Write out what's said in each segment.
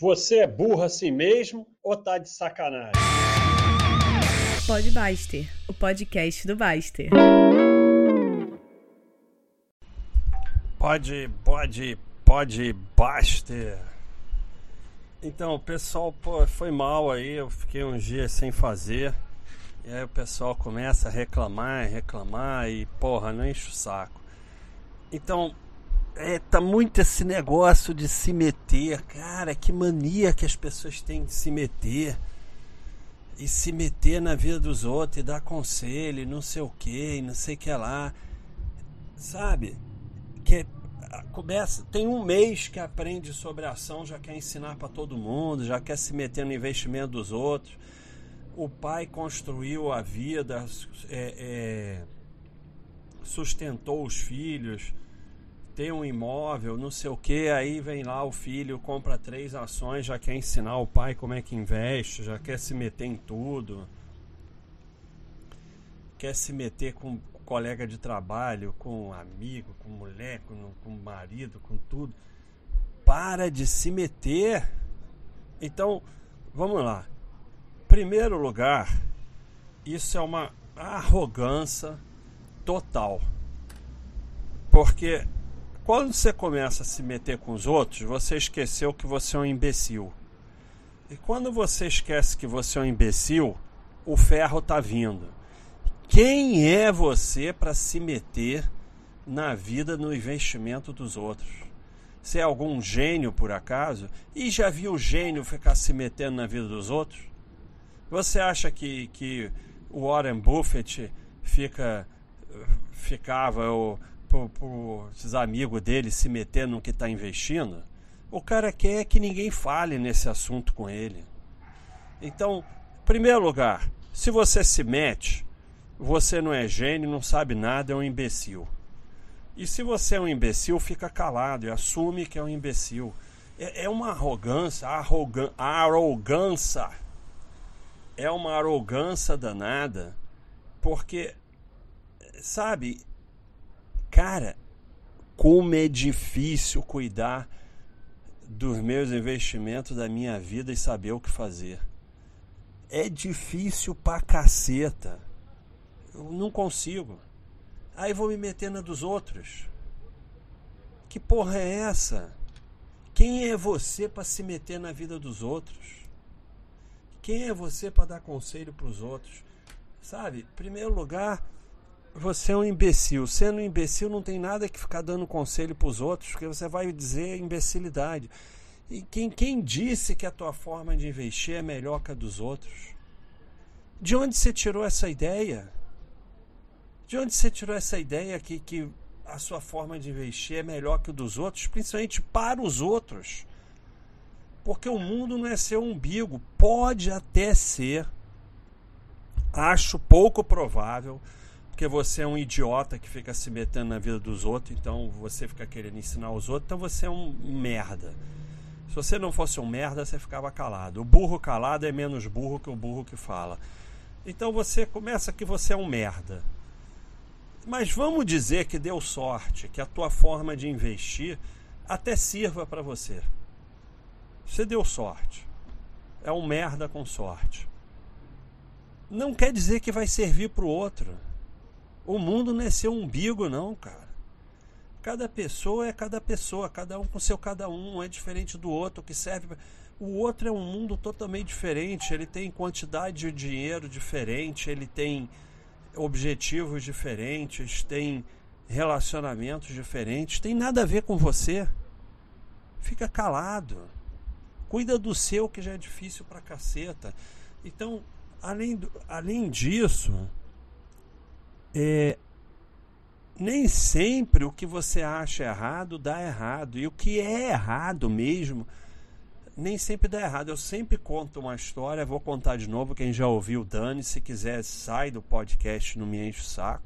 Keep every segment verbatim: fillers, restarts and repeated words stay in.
Você é burro assim mesmo ou tá de sacanagem? Pode Baster, o podcast do Baster. Pode, pode, pode Baster. Então, o pessoal, pô, foi mal aí, eu fiquei uns dias sem fazer. E aí o pessoal começa a reclamar, reclamar e, porra, não enche o saco. Então, é, tá muito esse negócio de se meter. Cara, que mania que as pessoas têm de se meter. E se meter na vida dos outros e dar conselho e não sei o que, não sei o que lá. Sabe? Que começa, tem um mês que aprende sobre ação, já quer ensinar para todo mundo, já quer se meter no investimento dos outros. O pai construiu a vida, é, é, sustentou os filhos, tem um imóvel, não sei o que, aí vem lá o filho, compra três ações, já quer ensinar o pai como é que investe, já quer se meter em tudo, quer se meter com colega de trabalho, com amigo, com mulher, com, com marido, com tudo. Para de se meter. Então, vamos lá. Primeiro lugar, isso é uma arrogância total. Porque quando você começa a se meter com os outros, você esqueceu que você é um imbecil. E quando você esquece que você é um imbecil, o ferro tá vindo. Quem é você para se meter na vida, no investimento dos outros? Você é algum gênio, por acaso? E já viu gênio ficar se metendo na vida dos outros? Você acha que, que o Warren Buffett fica, ficava... O, Por, por esses amigos dele se meter no que está investindo? O cara quer que ninguém fale nesse assunto com ele. Então, em primeiro lugar, se você se mete, você não é gênio, não sabe nada, é um imbecil. E se você é um imbecil, fica calado e assume que é um imbecil. É, é uma arrogância, arrogan, arrogância. É uma arrogância danada, porque, sabe... Cara, como é difícil cuidar dos meus investimentos, da minha vida e saber o que fazer. É difícil pra caceta. Eu não consigo. Aí vou me meter na dos outros. Que porra é essa? Quem é você pra se meter na vida dos outros? Quem é você pra dar conselho pros outros? Sabe, em primeiro lugar... Você é um imbecil. Sendo um imbecil, não tem nada que ficar dando conselho para os outros, porque você vai dizer imbecilidade. E quem, quem disse que a tua forma de investir é melhor que a dos outros? De onde você tirou essa ideia? De onde você tirou essa ideia que, que a sua forma de investir é melhor que a dos outros, principalmente para os outros? Porque o mundo não é seu umbigo. Pode até ser. Acho pouco provável. Porque você é um idiota que fica se metendo na vida dos outros, então você fica querendo ensinar os outros, então você é um merda. Se você não fosse um merda, você ficava calado. O burro calado é menos burro que o burro que fala. Então você começa que você é um merda. Mas vamos dizer que deu sorte, que a tua forma de investir até sirva para você. Você deu sorte. É um merda com sorte. Não quer dizer que vai servir para o outro. O mundo não é seu umbigo, não, cara. Cada pessoa é cada pessoa, cada um com seu cada um, um é diferente do outro, que serve pra... O outro é um mundo totalmente diferente, ele tem quantidade de dinheiro diferente, ele tem objetivos diferentes, tem relacionamentos diferentes, tem nada a ver com você. Fica calado. Cuida do seu, que já é difícil pra caceta. Então, além, do, além disso... É, nem sempre o que você acha errado dá errado. E o que é errado mesmo, nem sempre dá errado. Eu sempre conto uma história, vou contar de novo. Quem já ouviu, dane. Se quiser, sai do podcast, não me enche o saco.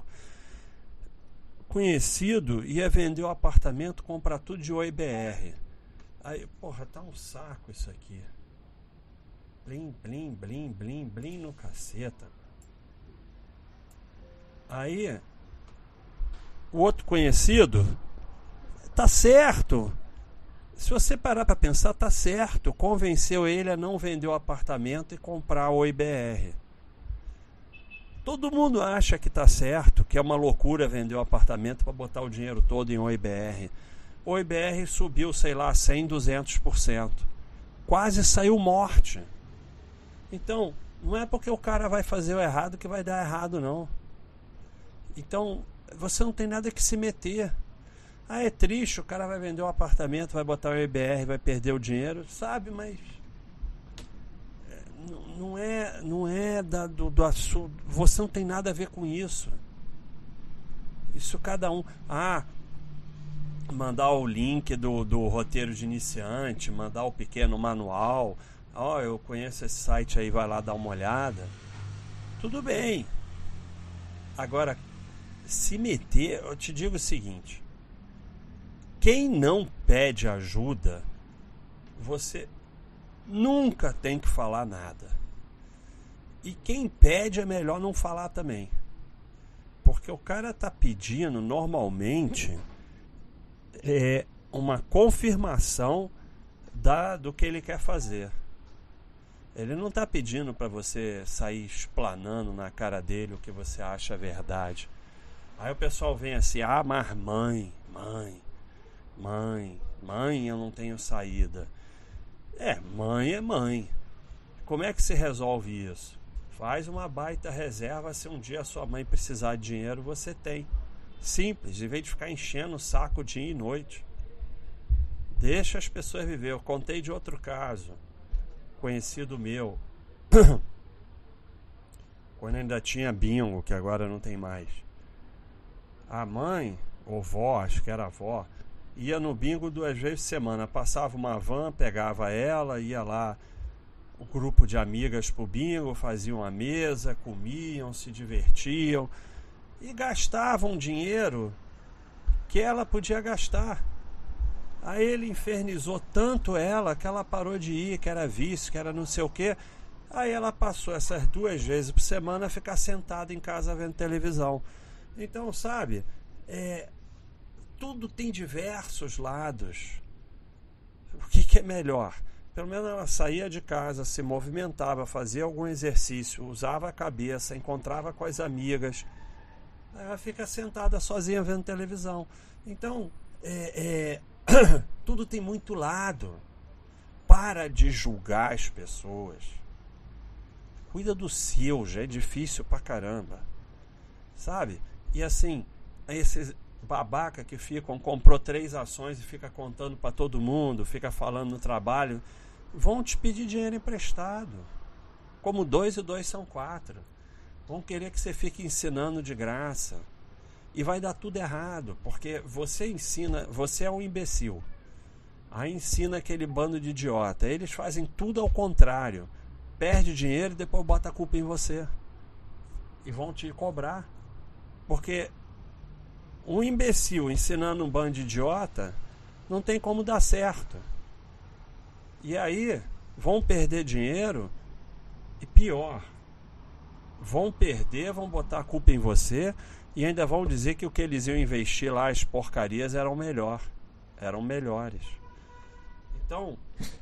Conhecido ia vender o apartamento, comprar tudo de Oi B R. Aí, porra, tá um saco isso aqui. Blim, blim, blim, blim, blim no caceta. Aí, o outro conhecido, tá certo, se você parar para pensar, tá certo. Convenceu ele a não vender o apartamento e comprar o I B R. Todo mundo acha que tá certo, que é uma loucura vender o apartamento para botar o dinheiro todo em O I B R. O I B R subiu, sei lá, cem, duzentos por cento. Quase saiu morte. Então, não é porque o cara vai fazer o errado que vai dar errado, não. Então, você não tem nada que se meter. Ah, é triste, o cara vai vender um apartamento, vai botar o I B R, vai perder o dinheiro, sabe, mas não é, não é da, do, do assunto, você não tem nada a ver com isso. Isso cada um. Ah, mandar o link do, do roteiro de iniciante, mandar o pequeno manual. Ó, oh, eu conheço esse site aí, vai lá dar uma olhada. Tudo bem. Agora, se meter, eu te digo o seguinte. Quem não pede ajuda, você nunca tem que falar nada. E quem pede é melhor não falar também. Porque o cara tá pedindo normalmente é uma confirmação da, do que ele quer fazer. Ele não tá pedindo para você sair explanando na cara dele o que você acha verdade. Aí o pessoal vem assim, ah, mas mãe, mãe, mãe, mãe, eu não tenho saída. É, mãe é mãe. Como é que se resolve isso? Faz uma baita reserva, se um dia a sua mãe precisar de dinheiro, você tem. Simples, em vez de ficar enchendo o saco dia e noite. Deixa as pessoas viver. Eu contei de outro caso, conhecido meu, quando ainda tinha bingo, que agora não tem mais. A mãe, ou vó, acho que era a avó, ia no bingo duas vezes por semana. Passava uma van, pegava ela, ia lá o um grupo de amigas pro bingo, faziam a mesa, comiam, se divertiam e gastavam dinheiro que ela podia gastar. Aí ele infernizou tanto ela que ela parou de ir, que era vício, que era não sei o quê. Aí ela passou essas duas vezes por semana a ficar sentada em casa vendo televisão. Então, sabe, é, tudo tem diversos lados. O que, que é melhor? Pelo menos ela saía de casa, se movimentava, fazia algum exercício, usava a cabeça, encontrava com as amigas. Aí ela fica sentada sozinha vendo televisão. Então, é, é, tudo tem muito lado. Para de julgar as pessoas. Cuida do seu, já é difícil pra caramba. Sabe? E assim, esses babaca que ficam, comprou três ações e fica contando pra todo mundo, fica falando no trabalho, vão te pedir dinheiro emprestado. Como dois e dois são quatro. Vão querer que você fique ensinando de graça. E vai dar tudo errado, porque você ensina, você é um imbecil. Aí ensina aquele bando de idiota. Eles fazem tudo ao contrário. Perde dinheiro e depois bota a culpa em você. E vão te cobrar. Porque um imbecil ensinando um bando de idiota não tem como dar certo. E aí vão perder dinheiro e pior, vão perder, vão botar a culpa em você e ainda vão dizer que o que eles iam investir lá, as porcarias, eram melhor, eram melhores. Então,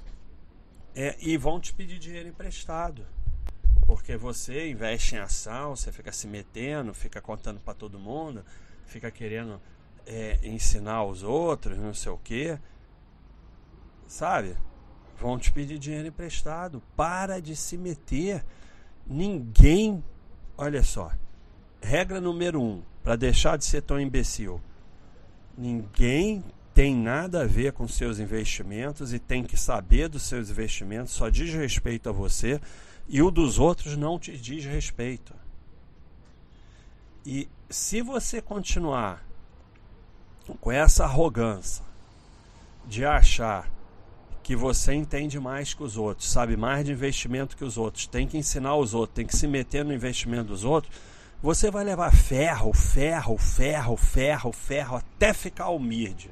é, e vão te pedir dinheiro emprestado. Porque você investe em ação, você fica se metendo, fica contando para todo mundo, fica querendo é, ensinar os outros, não sei o quê. Sabe? Vão te pedir dinheiro emprestado. Para de se meter. Ninguém... Olha só. Regra número um, para deixar de ser tão imbecil. Ninguém tem nada a ver com seus investimentos e tem que saber dos seus investimentos, só diz respeito a você. E o dos outros não te diz respeito. E se você continuar com essa arrogância de achar que você entende mais que os outros, sabe mais de investimento que os outros, tem que ensinar os outros, tem que se meter no investimento dos outros, você vai levar ferro, ferro, ferro, ferro, ferro, até ficar humilde.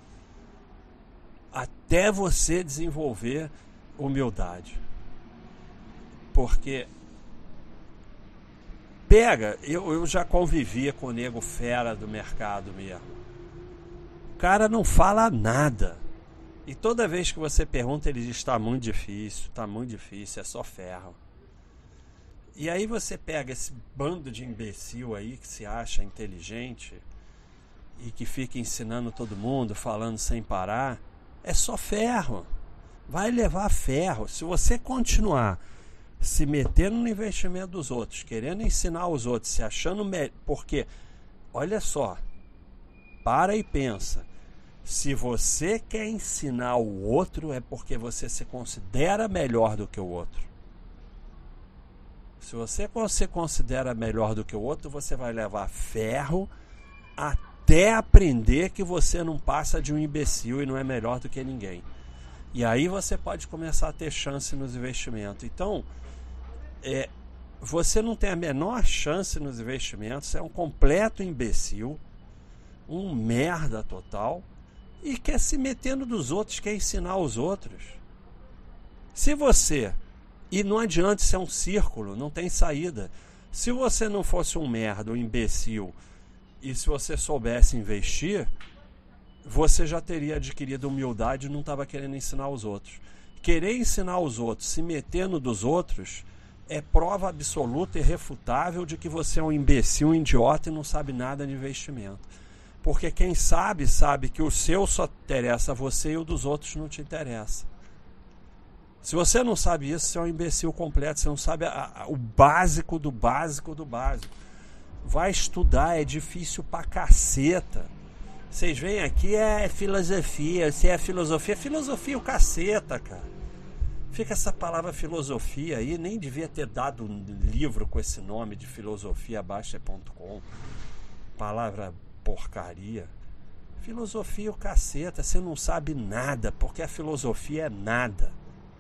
Até você desenvolver humildade. Porque pega, eu, eu já convivia com o nego fera do mercado mesmo. O cara não fala nada. E toda vez que você pergunta, ele diz: está muito difícil, está muito difícil, é só ferro. E aí você pega esse bando de imbecil aí que se acha inteligente e que fica ensinando todo mundo, falando sem parar, é só ferro. Vai levar ferro. Se você continuar se metendo no investimento dos outros, querendo ensinar os outros, se achando melhor, porque, olha só, para e pensa. Se você quer ensinar o outro, é porque você se considera melhor do que o outro. Se você se considera melhor do que o outro, você vai levar ferro até aprender que você não passa de um imbecil e não é melhor do que ninguém. E aí você pode começar a ter chance nos investimentos. Então, é, você não tem a menor chance nos investimentos, é um completo imbecil, um merda total, e quer se metendo dos outros, quer ensinar os outros. Se você... E não adianta, isso é um círculo, não tem saída. Se você não fosse um merda, um imbecil, e se você soubesse investir, você já teria adquirido humildade e não estava querendo ensinar os outros. Querer ensinar os outros, se metendo dos outros, é prova absoluta e irrefutável de que você é um imbecil, um idiota e não sabe nada de investimento. Porque quem sabe, sabe que o seu só interessa a você e o dos outros não te interessa. Se você não sabe isso, você é um imbecil completo, você não sabe a, a, o básico do básico do básico. Vai estudar, é difícil pra caceta. Vocês vêm aqui, é filosofia, se é filosofia, filosofia o caceta, cara. Fica essa palavra filosofia aí, nem devia ter dado um livro com esse nome de filosofia baixa ponto com. Palavra porcaria. Filosofia o caceta, você não sabe nada, porque a filosofia é nada.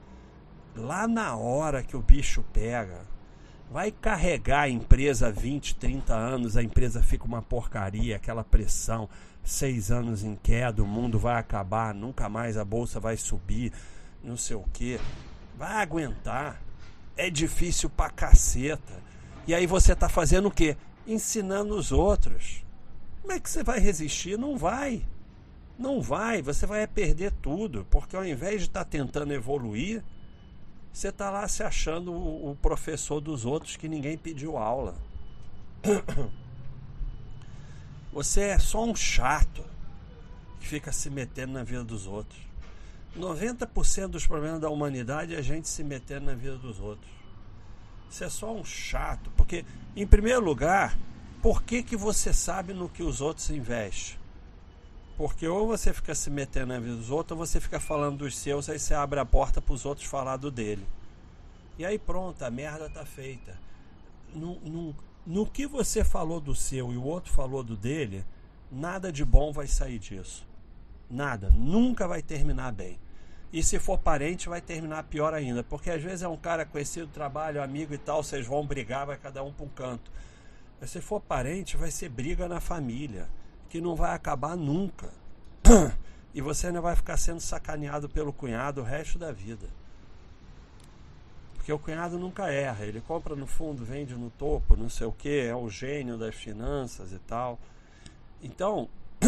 Lá na hora que o bicho pega, vai carregar a empresa há vinte, trinta anos, a empresa fica uma porcaria, aquela pressão, seis anos em queda, o mundo vai acabar, nunca mais a bolsa vai subir, não sei o que. Vai aguentar. É difícil pra caceta. E aí você tá fazendo o quê? Ensinando os outros. Como é que você vai resistir? Não vai. Não vai. Você vai perder tudo. Porque ao invés de estar tentando evoluir, você está lá se achando o, o professor dos outros que ninguém pediu aula. Você é só um chato que fica se metendo na vida dos outros. noventa por cento dos problemas da humanidade é a gente se metendo na vida dos outros. Você é só um chato. Porque, em primeiro lugar, por que, que você sabe no que os outros investem? Porque ou você fica se metendo na vida dos outros, ou você fica falando dos seus, aí você abre a porta para os outros falar do dele. E aí pronto, a merda tá feita. No, no, no que você falou do seu e o outro falou do dele, nada de bom vai sair disso. Nada, nunca vai terminar bem. E se for parente, vai terminar pior ainda. Porque às vezes é um cara conhecido, trabalho, amigo e tal, vocês vão brigar, vai cada um para um canto. Mas se for parente, vai ser briga na família, que não vai acabar nunca. E você ainda vai ficar sendo sacaneado pelo cunhado o resto da vida. Porque o cunhado nunca erra. Ele compra no fundo, vende no topo, não sei o que, é o gênio das finanças e tal. Então,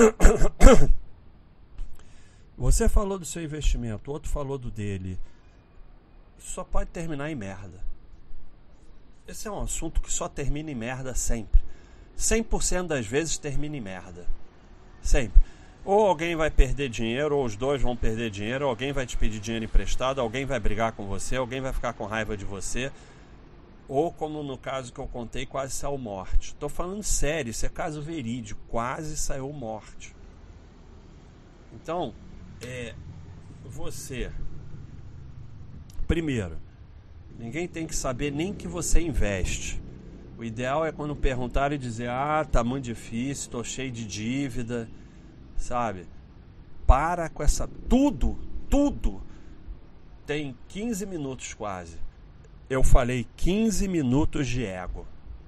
você falou do seu investimento, o outro falou do dele. Isso só pode terminar em merda. Esse é um assunto que só termina em merda sempre. cem por cento das vezes termina em merda. Sempre. Ou alguém vai perder dinheiro, ou os dois vão perder dinheiro, ou alguém vai te pedir dinheiro emprestado, alguém vai brigar com você, alguém vai ficar com raiva de você, ou como no caso que eu contei, quase saiu morte. Estou falando sério, isso é caso verídico, quase saiu morte. Então, é, você, primeiro, ninguém tem que saber nem que você investe. O ideal é quando perguntarem dizer: ah, tá muito difícil, tô cheio de dívida, sabe? Para com essa... Tudo, tudo tem quinze minutos quase. Eu falei quinze minutos de ego.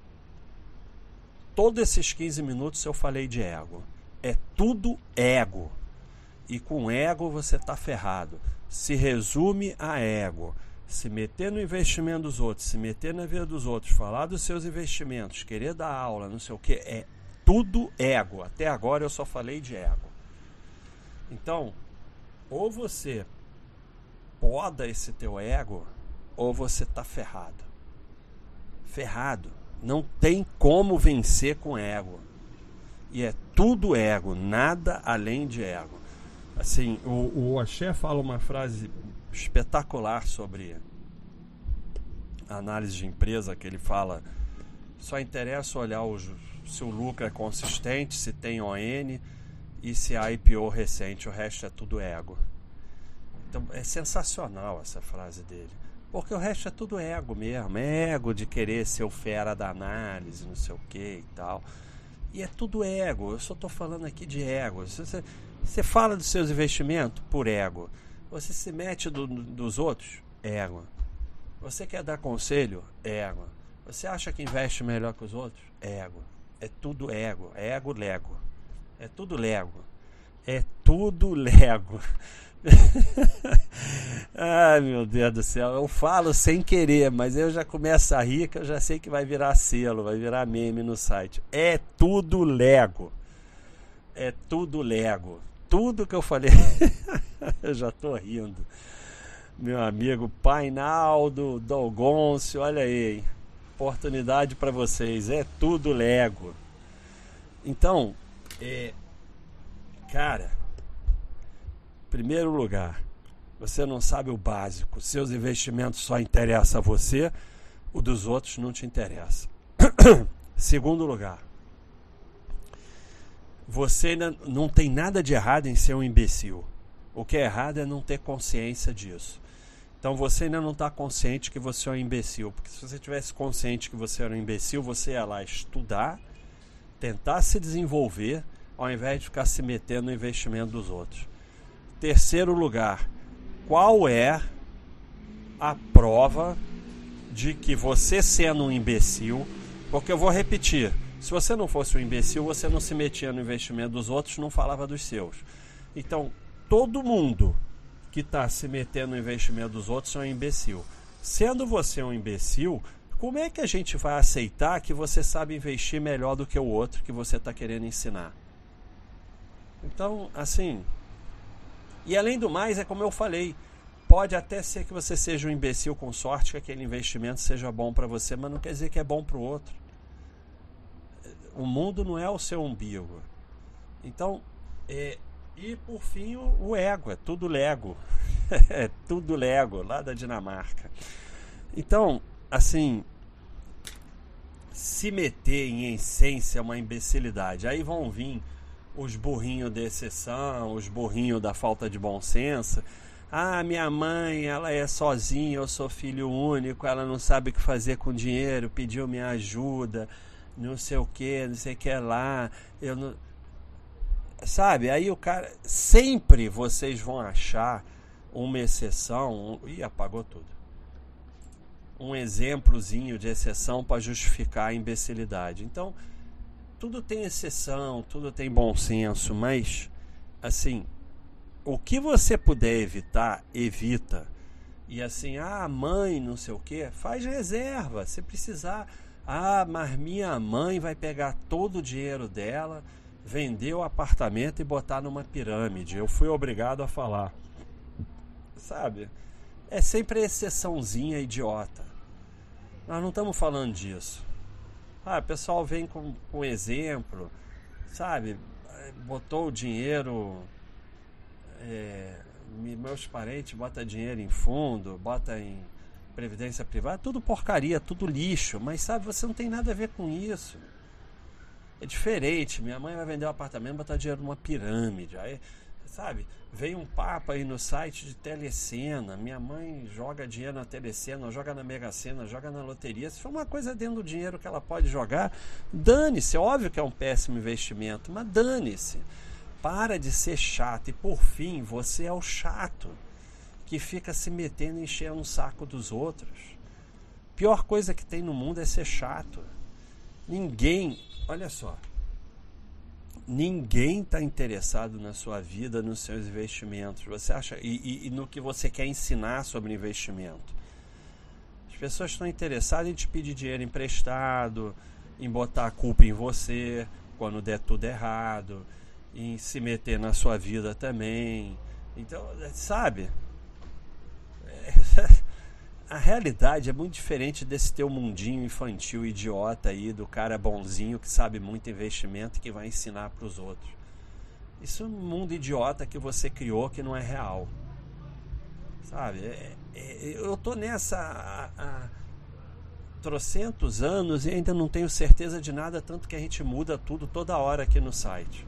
Todos esses quinze minutos eu falei de ego. É tudo ego. E com ego você tá ferrado. Se resume a ego. Se meter no investimento dos outros, se meter na vida dos outros, falar dos seus investimentos, querer dar aula, não sei o que, é tudo ego. Até agora eu só falei de ego. Então, ou você poda esse teu ego, ou você tá ferrado. Ferrado. Não tem como vencer com ego. E é tudo ego, nada além de ego. Assim, o, o Axé fala uma frase espetacular sobre a análise de empresa, que ele fala: só interessa olhar o, se o lucro é consistente, se tem O N e se há I P O recente, o resto é tudo ego. Então é sensacional essa frase dele, porque o resto é tudo ego mesmo, é ego de querer ser o fera da análise, não sei o que e tal. E é tudo ego, eu só estou falando aqui de ego. Você, você fala dos seus investimentos por ego. Você se mete do, dos outros, ego. Você quer dar conselho, ego. Você acha que investe melhor que os outros, ego. É tudo ego, ego, lego. É tudo lego. É tudo lego. Ai, meu Deus do céu, eu falo sem querer, mas eu já começo a rir, que eu já sei que vai virar selo, vai virar meme no site. É tudo lego. É tudo lego. Tudo que eu falei eu já tô rindo. Meu amigo Painaldo Dolgoncio, olha aí, hein? Oportunidade para vocês. É tudo lego. Então, é, cara, primeiro lugar, você não sabe o básico. Seus investimentos só interessam a você, o dos outros não te interessa. Segundo lugar, você ainda não tem nada de errado em ser um imbecil. O que é errado é não ter consciência disso. Então você ainda não está consciente que você é um imbecil. Porque se você tivesse consciente que você era um imbecil, você ia lá estudar, tentar se desenvolver, ao invés de ficar se metendo no investimento dos outros. Terceiro lugar, qual é a prova de que você sendo um imbecil, porque eu vou repetir, se você não fosse um imbecil, você não se metia no investimento dos outros, não falava dos seus. Então, todo mundo que está se metendo no investimento dos outros é um imbecil. Sendo você um imbecil, como é que a gente vai aceitar que você sabe investir melhor do que o outro que você está querendo ensinar? Então, assim... E além do mais, é como eu falei, pode até ser que você seja um imbecil com sorte, que aquele investimento seja bom para você, mas não quer dizer que é bom para o outro. O mundo não é o seu umbigo. Então, é, e por fim, o, o ego, é tudo lego. É tudo lego, lá da Dinamarca. Então, assim, se meter em essência é uma imbecilidade. Aí vão vir os burrinhos de exceção, os burrinhos da falta de bom senso. Ah, minha mãe, ela é sozinha, eu sou filho único, ela não sabe o que fazer com dinheiro, pediu minha ajuda, não sei o que, não sei o que lá. Eu não... Sabe, aí o cara... Sempre vocês vão achar uma exceção... Um... Ih, apagou tudo. Um exemplozinho de exceção para justificar a imbecilidade. Então... Tudo tem exceção, tudo tem bom senso, mas, assim, o que você puder evitar, evita. E assim, ah, mãe, não sei o que, faz reserva, se precisar. Ah, mas minha mãe vai pegar todo o dinheiro dela, vender o apartamento e botar numa pirâmide. Eu fui obrigado a falar. Sabe? É sempre exceçãozinha idiota. Nós não estamos falando disso. Ah, o pessoal vem com, com exemplo, sabe? Botou o dinheiro, é, meus parentes botam dinheiro em fundo, bota em previdência privada, tudo porcaria, tudo lixo, mas sabe, você não tem nada a ver com isso. É diferente, minha mãe vai vender um apartamento e botar dinheiro numa pirâmide, aí, sabe? Veio um papo aí no site de Telecena, minha mãe joga dinheiro na Telecena, joga na Mega Sena, joga na loteria. Se for uma coisa dentro do dinheiro que ela pode jogar, dane-se, óbvio que é um péssimo investimento, mas dane-se. Para de ser chato. E por fim, você é o chato que fica se metendo e enchendo o saco dos outros. Pior coisa que tem no mundo é ser chato. Ninguém, olha só, ninguém está interessado na sua vida, nos seus investimentos. Você acha e, e, e no que você quer ensinar sobre investimento. As pessoas estão interessadas em te pedir dinheiro emprestado, em botar a culpa em você quando der tudo errado, em se meter na sua vida também, Então, sabe? A realidade é muito diferente desse teu mundinho infantil idiota aí, do cara bonzinho que sabe muito investimento e que vai ensinar para os outros. Isso é um mundo idiota que você criou que não é real. Sabe? É, é, eu tô nessa há, há trocentos anos e ainda não tenho certeza de nada, tanto que a gente muda tudo toda hora aqui no site.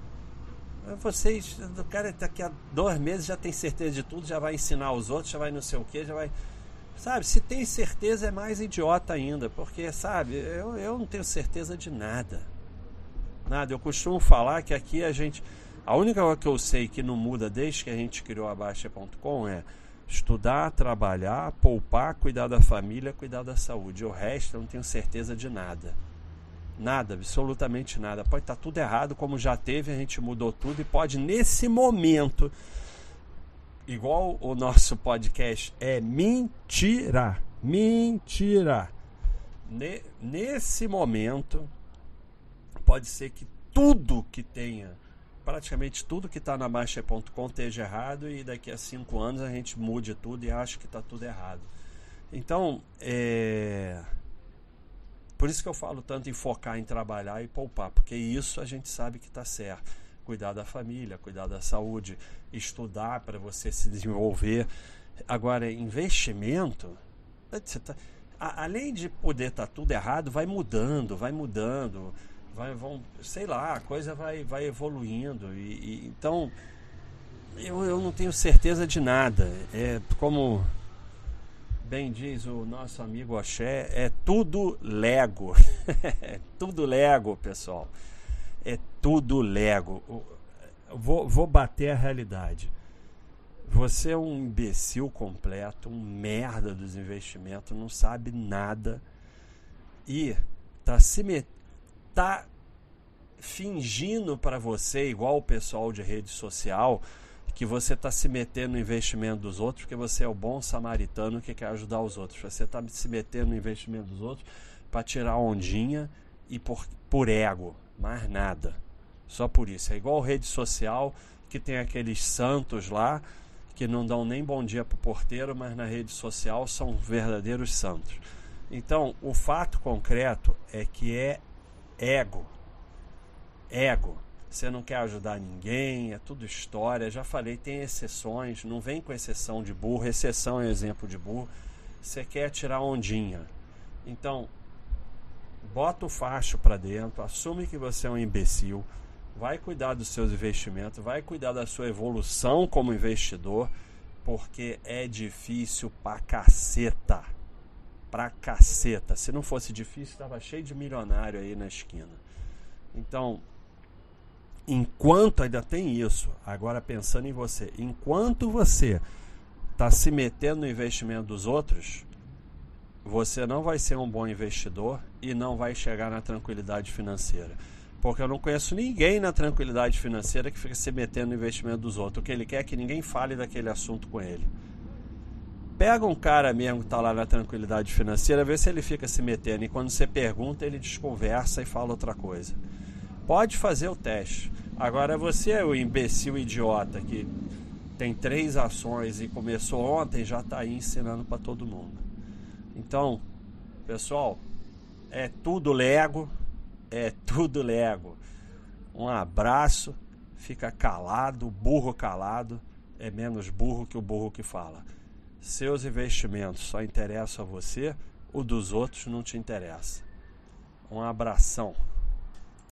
Vocês, o cara daqui a dois meses já tem certeza de tudo, já vai ensinar os outros, já vai não sei o que, já vai... Sabe, se tem certeza é mais idiota ainda, porque, sabe, eu, eu não tenho certeza de nada. Nada, eu costumo falar que aqui a gente... A única coisa que eu sei que não muda desde que a gente criou a Baixa ponto com é estudar, trabalhar, poupar, cuidar da família, cuidar da saúde. O resto eu não tenho certeza de nada. Nada, absolutamente nada. Pode estar tudo errado, como já teve, a gente mudou tudo e pode, nesse momento, igual o nosso podcast, é mentira. Mentira. Ne- nesse momento, pode ser que tudo que tenha, praticamente tudo que está na Baixa ponto com esteja errado e daqui a cinco anos a gente mude tudo e acha que está tudo errado. Então, é... por isso que eu falo tanto em focar em trabalhar e poupar, porque isso a gente sabe que está certo. Cuidar da família, cuidar da saúde, estudar para você se desenvolver. Agora, investimento, você tá, a, além de poder estar tá tudo errado, vai mudando, vai mudando, vai, vão, sei lá, a coisa vai, vai evoluindo. E, e, então, eu, eu não tenho certeza de nada. É como... bem diz o nosso amigo Oxé, é tudo Lego. É tudo Lego, pessoal. É tudo Lego. Vou, vou bater a realidade. Você é um imbecil completo, um merda dos investimentos, não sabe nada e tá, se met... tá fingindo para você, igual o pessoal de rede social, que você está se metendo no investimento dos outros, porque você é o bom samaritano que quer ajudar os outros. Você está se metendo no investimento dos outros para tirar ondinha e por, por ego, mais nada. Só por isso. É igual rede social, que tem aqueles santos lá, que não dão nem bom dia para o porteiro, mas na rede social são verdadeiros santos. Então, o fato concreto é que é ego. Ego. Você não quer ajudar ninguém, é tudo história. Já falei, tem exceções, não vem com exceção de burro. Exceção é exemplo de burro. Você quer tirar ondinha. Então, bota o facho para dentro, assume que você é um imbecil, vai cuidar dos seus investimentos, vai cuidar da sua evolução como investidor, porque é difícil pra caceta. Pra caceta. Se não fosse difícil, estava cheio de milionário aí na esquina. Então, enquanto ainda tem isso, agora pensando em você, enquanto você está se metendo no investimento dos outros, você não vai ser um bom investidor e não vai chegar na tranquilidade financeira. Porque eu não conheço ninguém na tranquilidade financeira que fica se metendo no investimento dos outros. O que ele quer é que ninguém fale daquele assunto com ele. Pega um cara mesmo que está lá na tranquilidade financeira, vê se ele fica se metendo e quando você pergunta ele desconversa e fala outra coisa. Pode fazer o teste. Agora você é o imbecil idiota que tem três ações e começou ontem, já está aí ensinando para todo mundo. Então, pessoal, é tudo Lego, é tudo Lego. Um abraço, fica calado, burro calado, é menos burro que o burro que fala. Seus investimentos só interessam a você, o dos outros não te interessa. Um abração.